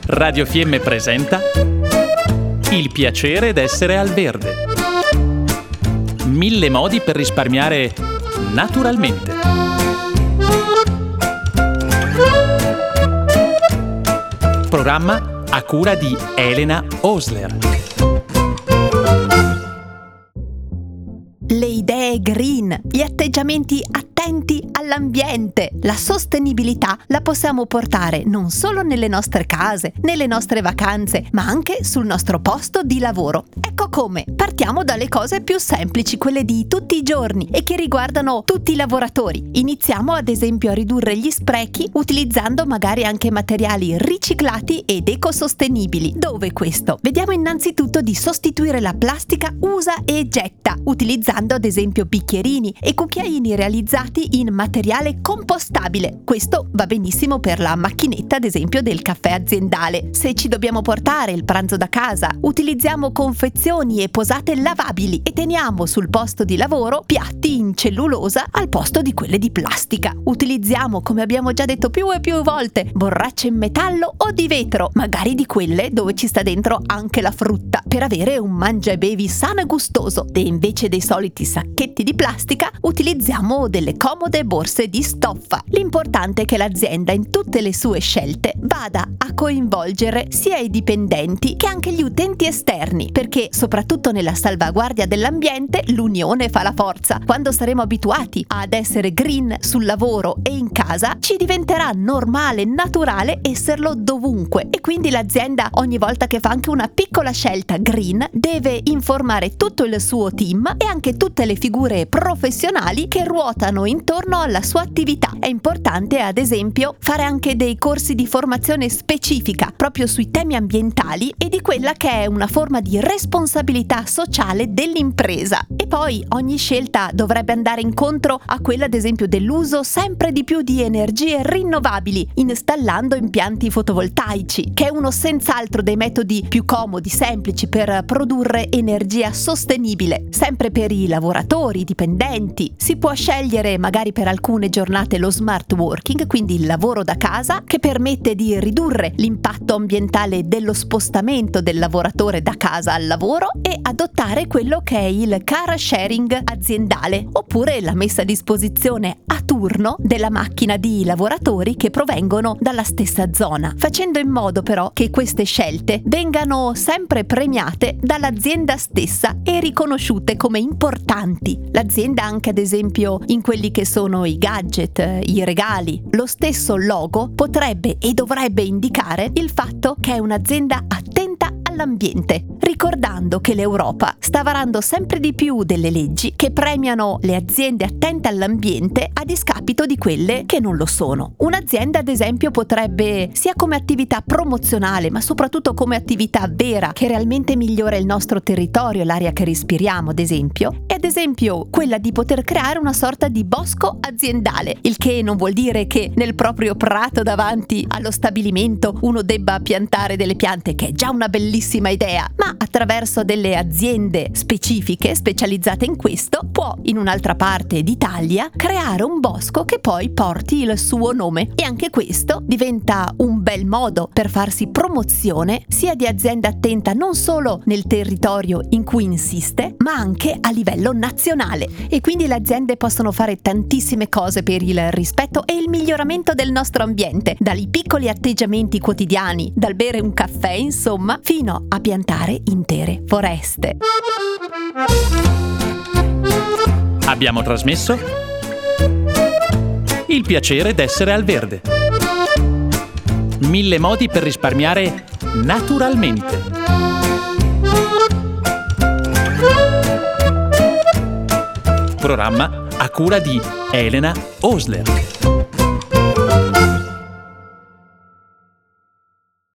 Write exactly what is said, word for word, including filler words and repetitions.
Radio Fiemme presenta Il piacere d'essere al verde. Mille modi per risparmiare naturalmente. Programma a cura di Elena Osler. Le idee green, gli atteggiamenti attenti all'ambiente, la sostenibilità la possiamo portare non solo nelle nostre case, nelle nostre vacanze, ma anche sul nostro posto di lavoro. Ecco come. Partiamo dalle cose più semplici, quelle di tutti i giorni e che riguardano tutti i lavoratori. Iniziamo ad esempio a ridurre gli sprechi utilizzando magari anche materiali riciclati ed ecosostenibili. Dove questo? Vediamo innanzitutto di sostituire la plastica usa e getta, utilizzando ad esempio bicchierini e cucchiaini realizzati in materiale compostabile. Questo va benissimo per la macchinetta ad esempio del caffè aziendale. Se ci dobbiamo portare il pranzo da casa, utilizziamo confezioni e posate lavabili e teniamo sul posto di lavoro piatti in cellulosa al posto di quelle di plastica. Utilizziamo, come abbiamo già detto più e più volte, borracce in metallo o di vetro, magari di quelle dove ci sta dentro anche la frutta, per avere un mangia e bevi sano e gustoso. E invece dei soliti sacchetti di plastica utilizziamo delle comode borse di stoffa. L'importante è che l'azienda in tutte le sue scelte vada a coinvolgere sia i dipendenti che anche gli utenti esterni, perché soprattutto nella salvaguardia dell'ambiente l'unione fa la forza. Quando saremo abituati ad essere green sul lavoro e in casa, ci diventerà normale, naturale esserlo dovunque, e quindi l'azienda ogni volta che fa anche una piccola scelta green deve informare tutto il suo team e anche tutte le figure professionali che ruotano intorno alla sua attività. È importante ad esempio fare anche dei corsi di formazione specifica proprio sui temi ambientali e di quella che è una forma di responsabilità sociale dell'impresa. E poi ogni scelta dovrebbe andare incontro a quella ad esempio dell'uso sempre di più di energie rinnovabili, installando impianti fotovoltaici, che è uno senz'altro dei metodi più comodi, semplici per produrre energia sostenibile. Sempre per i lavoratori, i dipendenti, si può scegliere magari per alcune giornate lo smart working, quindi il lavoro da casa, che permette di ridurre l'impatto ambientale dello spostamento del lavoratore da casa al lavoro, e adottare quello che è il car sharing aziendale, oppure la messa a disposizione a turno della macchina di lavoratori che provengono dalla stessa zona, facendo in modo però che queste scelte vengano sempre premiate dall'azienda stessa e riconosciute come importanti. L'azienda anche ad esempio in quelli che sono i gadget, i regali, lo stesso logo potrebbe e dovrebbe indicare il fatto che è un'azienda attenta all'ambiente, ricordando che l'Europa sta varando sempre di più delle leggi che premiano le aziende attente all'ambiente a discapito di quelle che non lo sono. Un'azienda ad esempio potrebbe, sia come attività promozionale ma soprattutto come attività vera che realmente migliora il nostro territorio e l'aria che respiriamo ad esempio, è ad esempio quella di poter creare una sorta di bosco aziendale, il che non vuol dire che nel proprio prato davanti allo stabilimento uno debba piantare delle piante, che è già una bellissima idea, ma attraverso delle aziende specifiche specializzate in questo può in un'altra parte d'Italia creare un bosco che poi porti il suo nome, e anche questo diventa un bel modo per farsi promozione sia di azienda attenta non solo nel territorio in cui insiste ma anche a livello nazionale. E quindi le aziende possono fare tantissime cose per il rispetto e il miglioramento del nostro ambiente, dai piccoli atteggiamenti quotidiani, dal bere un caffè insomma, fino a piantare intere foreste. Abbiamo trasmesso Il piacere d'essere al verde. Mille modi per risparmiare naturalmente. Programma a cura di Elena Osler.